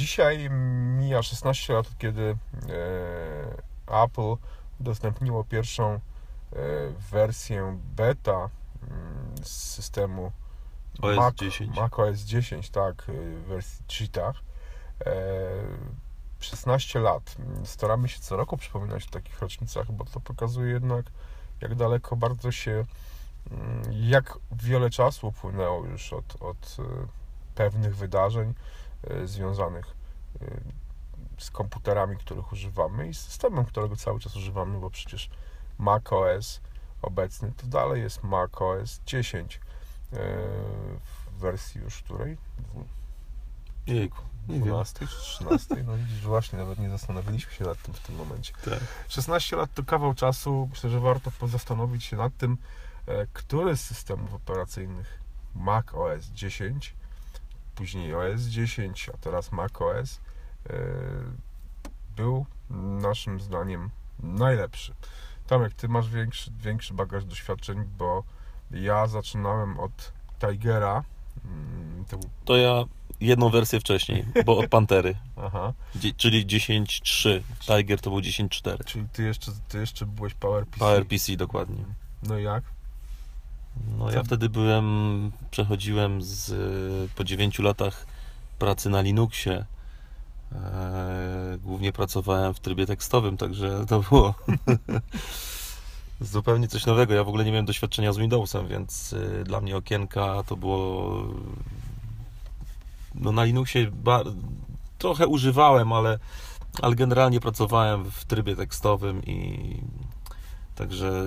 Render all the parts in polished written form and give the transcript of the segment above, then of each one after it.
Dzisiaj mija 16 lat, kiedy Apple udostępniło pierwszą wersję beta z systemu macOS 10, tak, w wersji cheatach. 16 lat. Staramy się co roku przypominać o takich rocznicach, bo to pokazuje jednak, jak daleko bardzo się, jak wiele czasu upłynęło już od pewnych wydarzeń związanych z komputerami, których używamy i z systemem, którego cały czas używamy, bo przecież macOS obecny to dalej jest macOS 10 w wersji już której? Jejku, nie 12 czy 13? No widzisz, właśnie, nawet nie zastanowiliśmy się nad tym w tym momencie. Tak. 16 lat to kawał czasu. Myślę, że warto zastanowić się nad tym, który z systemów operacyjnych macOS 10, później OS 10, a teraz macOS był naszym zdaniem najlepszy. Tomek, ty masz większy bagaż doświadczeń, bo ja zaczynałem od Tigera. To ja jedną wersję wcześniej, bo od Pantery. Aha. Czyli 10.3. Tiger to był 10.4. Czyli ty jeszcze byłeś PowerPC. PowerPC, dokładnie. No i jak? No ja wtedy przechodziłem po 9 latach pracy na Linuxie. Głównie pracowałem w trybie tekstowym, także to było zupełnie coś nowego. Ja w ogóle nie miałem doświadczenia z Windowsem, więc dla mnie okienka to było... No na Linuxie trochę używałem, ale generalnie pracowałem w trybie tekstowym i także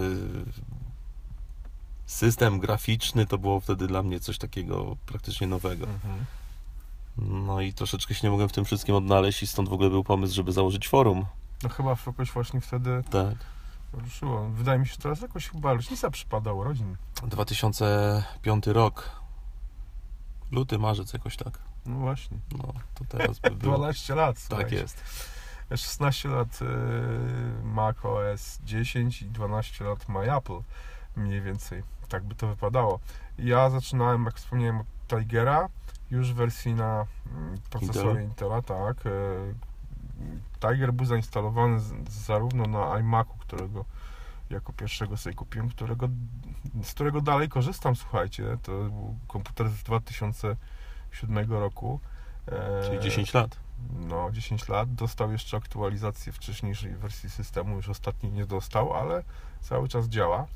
system graficzny to było wtedy dla mnie coś takiego praktycznie nowego. Mhm. No i troszeczkę się nie mogłem w tym wszystkim odnaleźć i stąd w ogóle był pomysł, żeby założyć forum. No chyba jakoś właśnie wtedy tak ruszyło. Wydaje mi się, że teraz jakoś chyba rocznica przypada urodzin. 2005 rok. Luty, marzec jakoś tak. No właśnie. No to teraz by było. 12 lat. Tak słuchajcie. jest. 16 lat macOS 10 i 12 lat MyApple. Mniej więcej. Tak by to wypadało. Ja zaczynałem, jak wspomniałem, od Tigera. Już w wersji na procesorze Intela, tak. Tiger był zainstalowany zarówno na iMacu, którego jako pierwszego sobie kupiłem, z którego dalej korzystam, słuchajcie. To był komputer z 2007 roku. Czyli 10 lat. No, 10 lat. Dostał jeszcze aktualizację wcześniejszej wersji systemu, już ostatniej nie dostał, ale cały czas działa.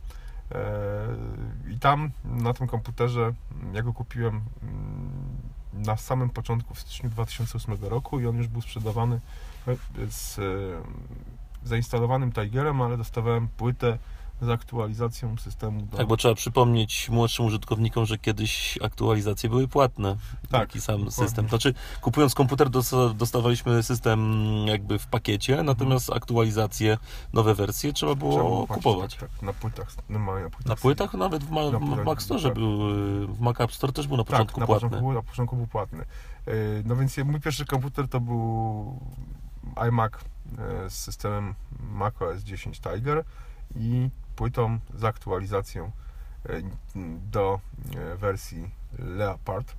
I tam na tym komputerze ja go kupiłem na samym początku, w styczniu 2008 roku i on już był sprzedawany z zainstalowanym Tigerem, ale dostawałem płytę z aktualizacją systemu. Tak, bo trzeba przypomnieć młodszym użytkownikom, że kiedyś aktualizacje były płatne. Taki sam dokładnie. System. Znaczy, kupując komputer dostawaliśmy system jakby w pakiecie, natomiast aktualizacje, nowe wersje trzeba było kupować. Tak, na płytach. Na płytach nawet w Mac Store był, w Mac App Store też był na początku płatny. Na początku był płatny. No więc mój pierwszy komputer to był iMac z systemem macOS 10 Tiger i płytą z aktualizacją do wersji Leopard.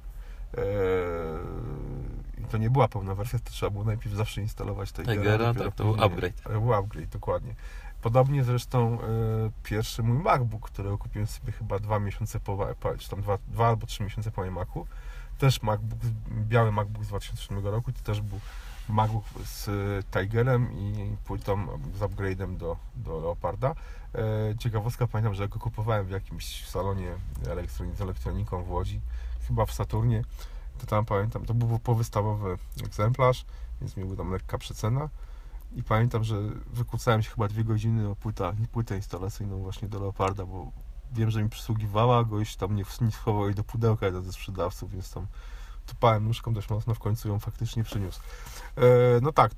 I to nie była pełna wersja, to trzeba było najpierw zawsze instalować Tigera, tak, to był upgrade. Był upgrade, dokładnie. Podobnie zresztą pierwszy mój MacBook, którego kupiłem sobie chyba 2 miesiące czy tam 2 albo 3 miesiące po iMacu. Też biały MacBook z 2007 roku, to też był MacBook z Tigerem i płytą z upgrade'em do Leoparda. Ciekawostka, pamiętam, że go kupowałem w jakimś salonie z elektroniką w Łodzi, chyba w Saturnie, to tam pamiętam, to był powystawowy egzemplarz, więc mi była tam lekka przecena i pamiętam, że wykłócałem się chyba 2 godziny o płytę instalacyjną właśnie do Leoparda, bo wiem, że mi przysługiwała, goś tam nie schował jej do pudełka jeden ze sprzedawców, więc tam tupałem nóżką dość mocno, w końcu ją faktycznie przyniósł. No tak,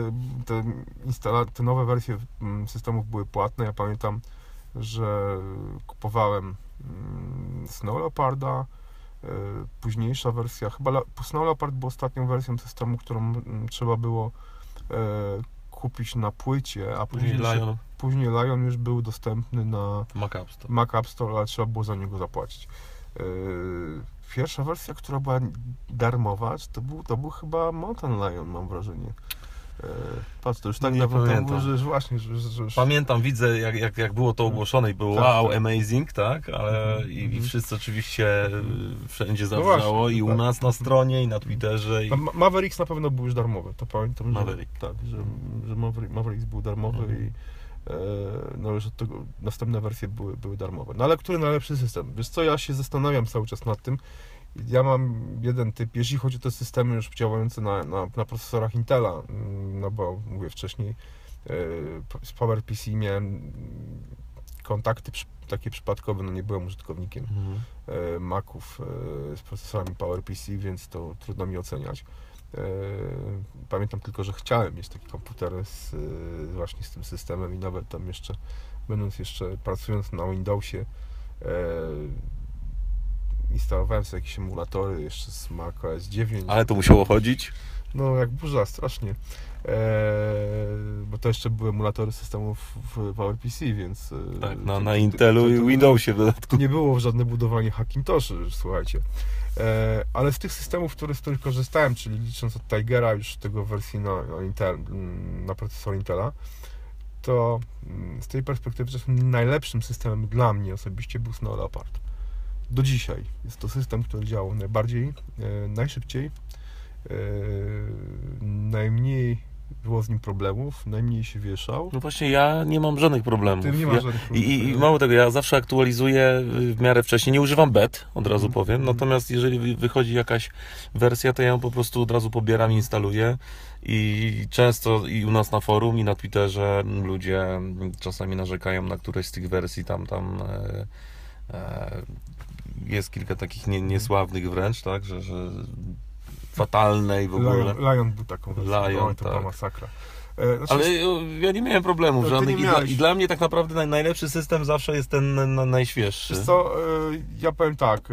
te nowe wersje systemów były płatne. Ja pamiętam, że kupowałem Snow Leoparda, późniejsza wersja, chyba Snow Leopard był ostatnią wersją systemu, którą trzeba było kupić na płycie, a później Lion już był dostępny na Mac App Store. Mac App Store, ale trzeba było za niego zapłacić. pierwsza wersja, która była darmowa, to był chyba Mountain Lion, mam wrażenie. Patrz, to już tak dawno temu, że właśnie... Pamiętam, widzę jak było to ogłoszone i było tak, wow, tak. amazing, tak? Ale i wszyscy oczywiście wszędzie No zawrzało właśnie, i u tak. nas na stronie i na Twitterze. Mavericks na pewno był już darmowy, to pamiętam, Maverick. że Mavericks był darmowy i no już od tego następne wersje były darmowe. No ale który najlepszy system? Wiesz co, ja się zastanawiam cały czas nad tym. Ja mam jeden typ, jeśli chodzi o te systemy już działające na procesorach Intela, no bo mówię wcześniej, z PowerPC miałem kontakty takie przypadkowe, no nie byłem użytkownikiem Maców z procesorami PowerPC, więc to trudno mi oceniać. Pamiętam tylko, że chciałem mieć taki komputer właśnie z tym systemem i nawet tam jeszcze, pracując na Windowsie, instalowałem sobie jakieś emulatory jeszcze z Mac OS 9. Ale to musiało chodzić? No jak burza, strasznie. Bo to jeszcze były emulatory systemów w PowerPC, więc... Tak, na Intelu i Windowsie w dodatku. Nie było żadne budowanie Hackintoszy, słuchajcie. Ale z tych systemów, z których korzystałem, czyli licząc od Tigera już tego wersji na procesor Intela, to z tej perspektywy najlepszym systemem dla mnie osobiście był Snow Leopard. Do dzisiaj jest to system, który działał najbardziej, najszybciej, najmniej było z nim problemów, najmniej się wieszał. No właśnie, ja nie mam żadnych problemów. Ty nie masz żadnych problemów. I mało tego, ja zawsze aktualizuję w miarę wcześniej. Nie używam bet, od razu powiem. Natomiast jeżeli wychodzi jakaś wersja, to ja ją po prostu od razu pobieram i instaluję. I często i u nas na forum, i na Twitterze ludzie czasami narzekają na któreś z tych wersji. Tam jest kilka takich niesławnych wręcz, tak, że fatalne i w ogóle. Lion był taką wersją, to była masakra. Ale ja nie miałem problemów żadnych miałeś. i dla mnie tak naprawdę najlepszy system zawsze jest ten najświeższy. Wiesz co, ja powiem tak,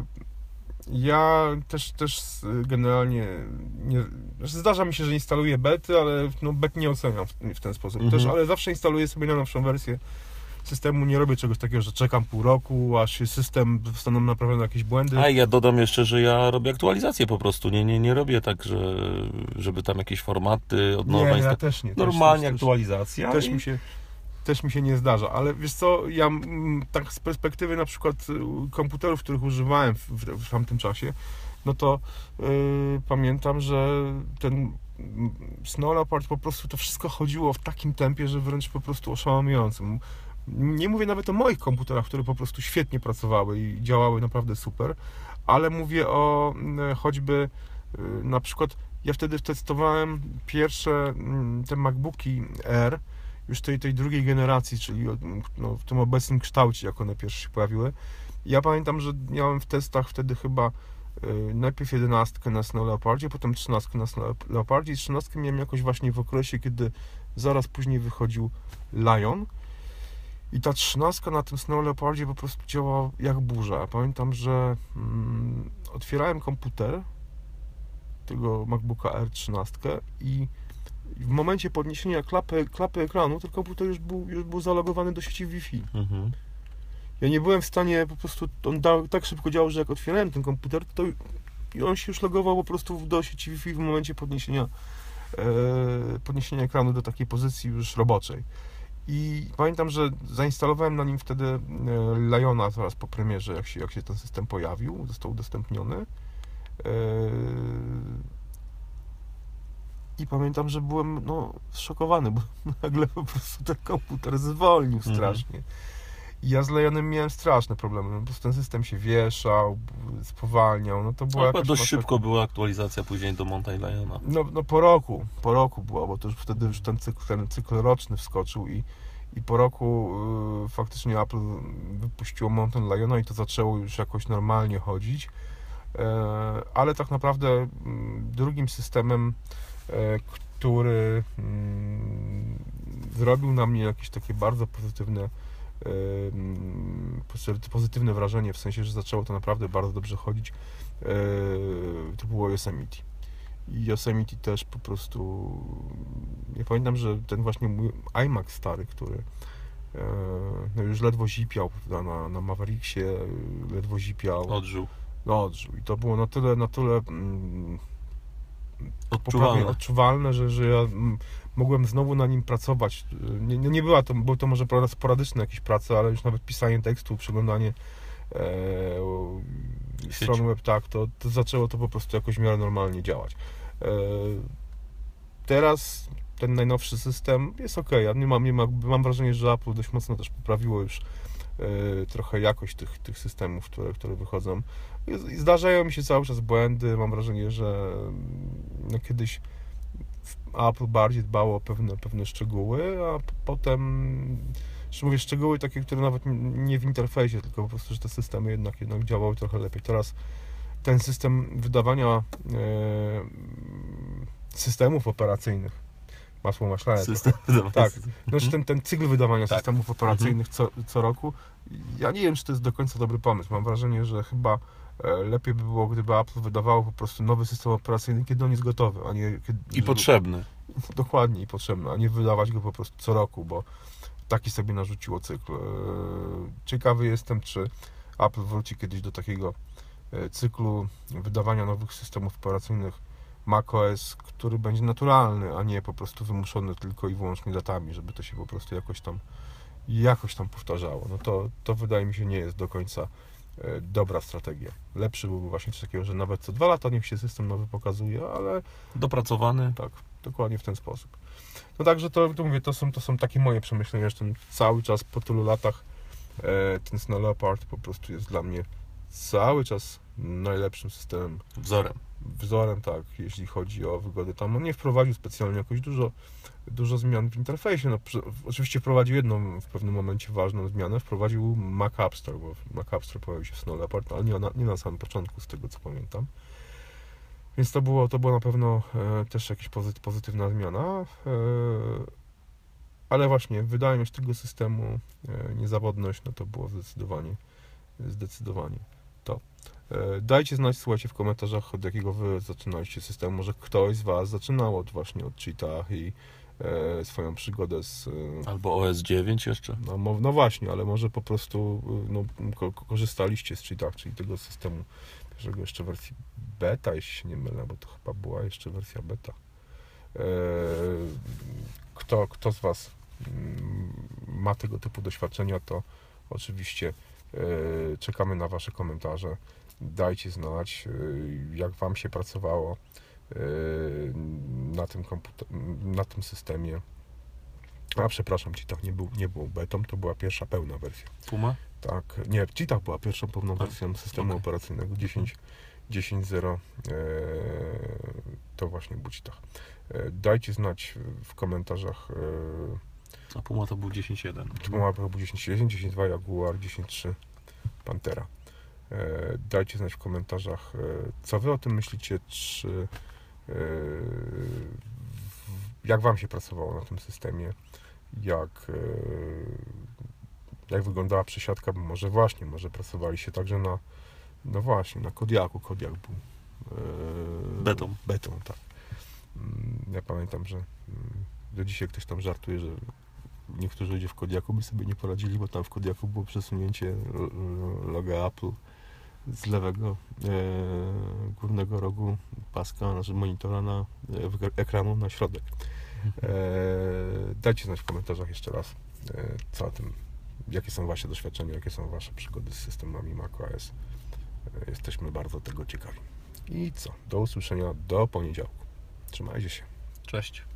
ja też generalnie zdarza mi się, że instaluję bety, ale no bet nie oceniam w ten sposób też, ale zawsze instaluję sobie najnowszą wersję systemu, nie robię czegoś takiego, że czekam pół roku, aż się system zostaną naprawione jakieś błędy. A ja dodam jeszcze, że ja robię aktualizację po prostu, nie robię tak, żeby tam jakieś formaty od nowa. Nie, ja też nie. Normalnie aktualizacja. Też mi się nie zdarza, ale wiesz co, ja tak z perspektywy na przykład komputerów, których używałem w tamtym czasie, no to pamiętam, że ten Snow Leopard po prostu to wszystko chodziło w takim tempie, że wręcz po prostu oszałamiającym. Nie mówię nawet o moich komputerach, które po prostu świetnie pracowały i działały naprawdę super, ale mówię o choćby na przykład, ja wtedy testowałem pierwsze te MacBooki Air, już tej drugiej generacji, czyli no, w tym obecnym kształcie, jak one pierwsze się pojawiły. Ja pamiętam, że miałem w testach wtedy chyba najpierw 11 na Snow Leopardzie, potem 13 na Snow Leopardzie i 13 miałem jakoś właśnie w okresie, kiedy zaraz później wychodził Lion. I ta 13 na tym Snow Leopardzie po prostu działała jak burza. Pamiętam, że otwierałem komputer tego MacBooka Air 13 i w momencie podniesienia klapy ekranu ten komputer już był zalogowany do sieci Wi-Fi. Ja nie byłem w stanie, po prostu on tak szybko działał, że jak otwierałem ten komputer, to on się już logował po prostu do sieci Wi-Fi w momencie podniesienia ekranu do takiej pozycji już roboczej. I pamiętam, że zainstalowałem na nim wtedy Liona zaraz po premierze, jak się ten system pojawił, został udostępniony. I pamiętam, że byłem zszokowany, bo nagle po prostu ten komputer zwolnił strasznie. I ja z Lionem miałem straszne problemy, po prostu ten system się wieszał, spowalniał, no to była jakaś dość szybko była aktualizacja później do Mountain Liona. No po roku była, bo to już wtedy ten cykl roczny wskoczył i po roku faktycznie Apple wypuściło Mountain Liona i to zaczęło już jakoś normalnie chodzić, ale tak naprawdę drugim systemem, który zrobił na mnie jakieś takie bardzo pozytywne wrażenie, w sensie, że zaczęło to naprawdę bardzo dobrze chodzić, to było Yosemite. I Yosemite też po prostu, ja pamiętam, że ten właśnie mój iMac stary, który już ledwo zipiał na Mavericksie, ledwo zipiał. Odżył. no odżył. I to było na tyle odczuwalne, że ja mogłem znowu na nim pracować. Nie był to może sporadyczne jakieś prace, ale już nawet pisanie tekstu, przeglądanie stron web, tak, to zaczęło to po prostu jakoś w miarę normalnie działać. Teraz ten najnowszy system jest ok. Ja mam wrażenie, że Apple dość mocno też poprawiło już trochę jakość tych systemów, które wychodzą. I zdarzają mi się cały czas błędy. Mam wrażenie, że kiedyś Apple bardziej dbało o pewne szczegóły, a potem, że mówię, szczegóły takie, które nawet nie w interfejsie, tylko po prostu, że te systemy jednak działały trochę lepiej. Teraz ten system wydawania systemów operacyjnych, masło maślane. Tak, znaczy ten cykl wydawania systemów operacyjnych co roku, ja nie wiem, czy to jest do końca dobry pomysł. Mam wrażenie, że chyba lepiej by było, gdyby Apple wydawało po prostu nowy system operacyjny, kiedy on jest gotowy, a nie... potrzebny. Dokładnie, i potrzebny, a nie wydawać go po prostu co roku, bo taki sobie narzuciło cykl. Ciekawy jestem, czy Apple wróci kiedyś do takiego cyklu wydawania nowych systemów operacyjnych macOS, który będzie naturalny, a nie po prostu wymuszony tylko i wyłącznie datami, żeby to się po prostu jakoś tam powtarzało. No to wydaje mi się nie jest do końca dobra strategia. Lepszy byłby właśnie coś takiego, że nawet co 2 lata niech się system nowy pokazuje, ale... Dopracowany. Tak, dokładnie w ten sposób. No także to mówię, to są takie moje przemyślenia, że ten cały czas po tylu latach ten Snow Leopard po prostu jest dla mnie cały czas najlepszym systemem. Wzorem, tak, jeśli chodzi o wygodę. Tam on nie wprowadził specjalnie jakoś dużo zmian w interfejsie. No, oczywiście wprowadził jedną w pewnym momencie ważną zmianę, wprowadził Mac App Store, bo Mac App Store pojawił się w Snow Leopard, ale nie na samym początku, z tego co pamiętam. Więc to było na pewno też jakaś pozytywna zmiana. Ale właśnie wydajność tego systemu, niezawodność, no to było zdecydowanie to. Dajcie znać, słuchajcie w komentarzach, od jakiego wy zaczynaliście system. Może ktoś z was zaczynał właśnie od cheatach i swoją przygodę z... Albo OS 9 jeszcze. No właśnie, ale może po prostu korzystaliście z cheatach, czyli tego systemu pierwszego jeszcze wersji beta, jeśli się nie mylę, bo to chyba była jeszcze wersja beta. Kto z was ma tego typu doświadczenia, to oczywiście czekamy na wasze komentarze. Dajcie znać, jak wam się pracowało na tym systemie. A przepraszam, Cheetah nie był betą, to była pierwsza pełna wersja. Puma? Tak, nie, Cheetah była pierwszą pełną wersją systemu operacyjnego 10.0. To właśnie był Cheetah. Dajcie znać w komentarzach. A Puma to był 10.1. Puma to był 10.1, 10.2 Jaguar, 10.3 Pantera. Dajcie znać w komentarzach, co wy o tym myślicie, czy jak wam się pracowało na tym systemie, jak wyglądała przesiadka, bo może pracowaliście także na Kodiaku. Kodiak był betą, tak. Ja pamiętam, że do dzisiaj ktoś tam żartuje, że niektórzy ludzie w Kodiaku by sobie nie poradzili, bo tam w Kodiaku było przesunięcie loga Apple z lewego górnego rogu paska, monitora ekranu na środek. Dajcie znać w komentarzach jeszcze raz, co o tym, jakie są wasze doświadczenia, jakie są wasze przygody z systemami macOS. Jesteśmy bardzo tego ciekawi. I co? Do usłyszenia do poniedziałku. Trzymajcie się. Cześć.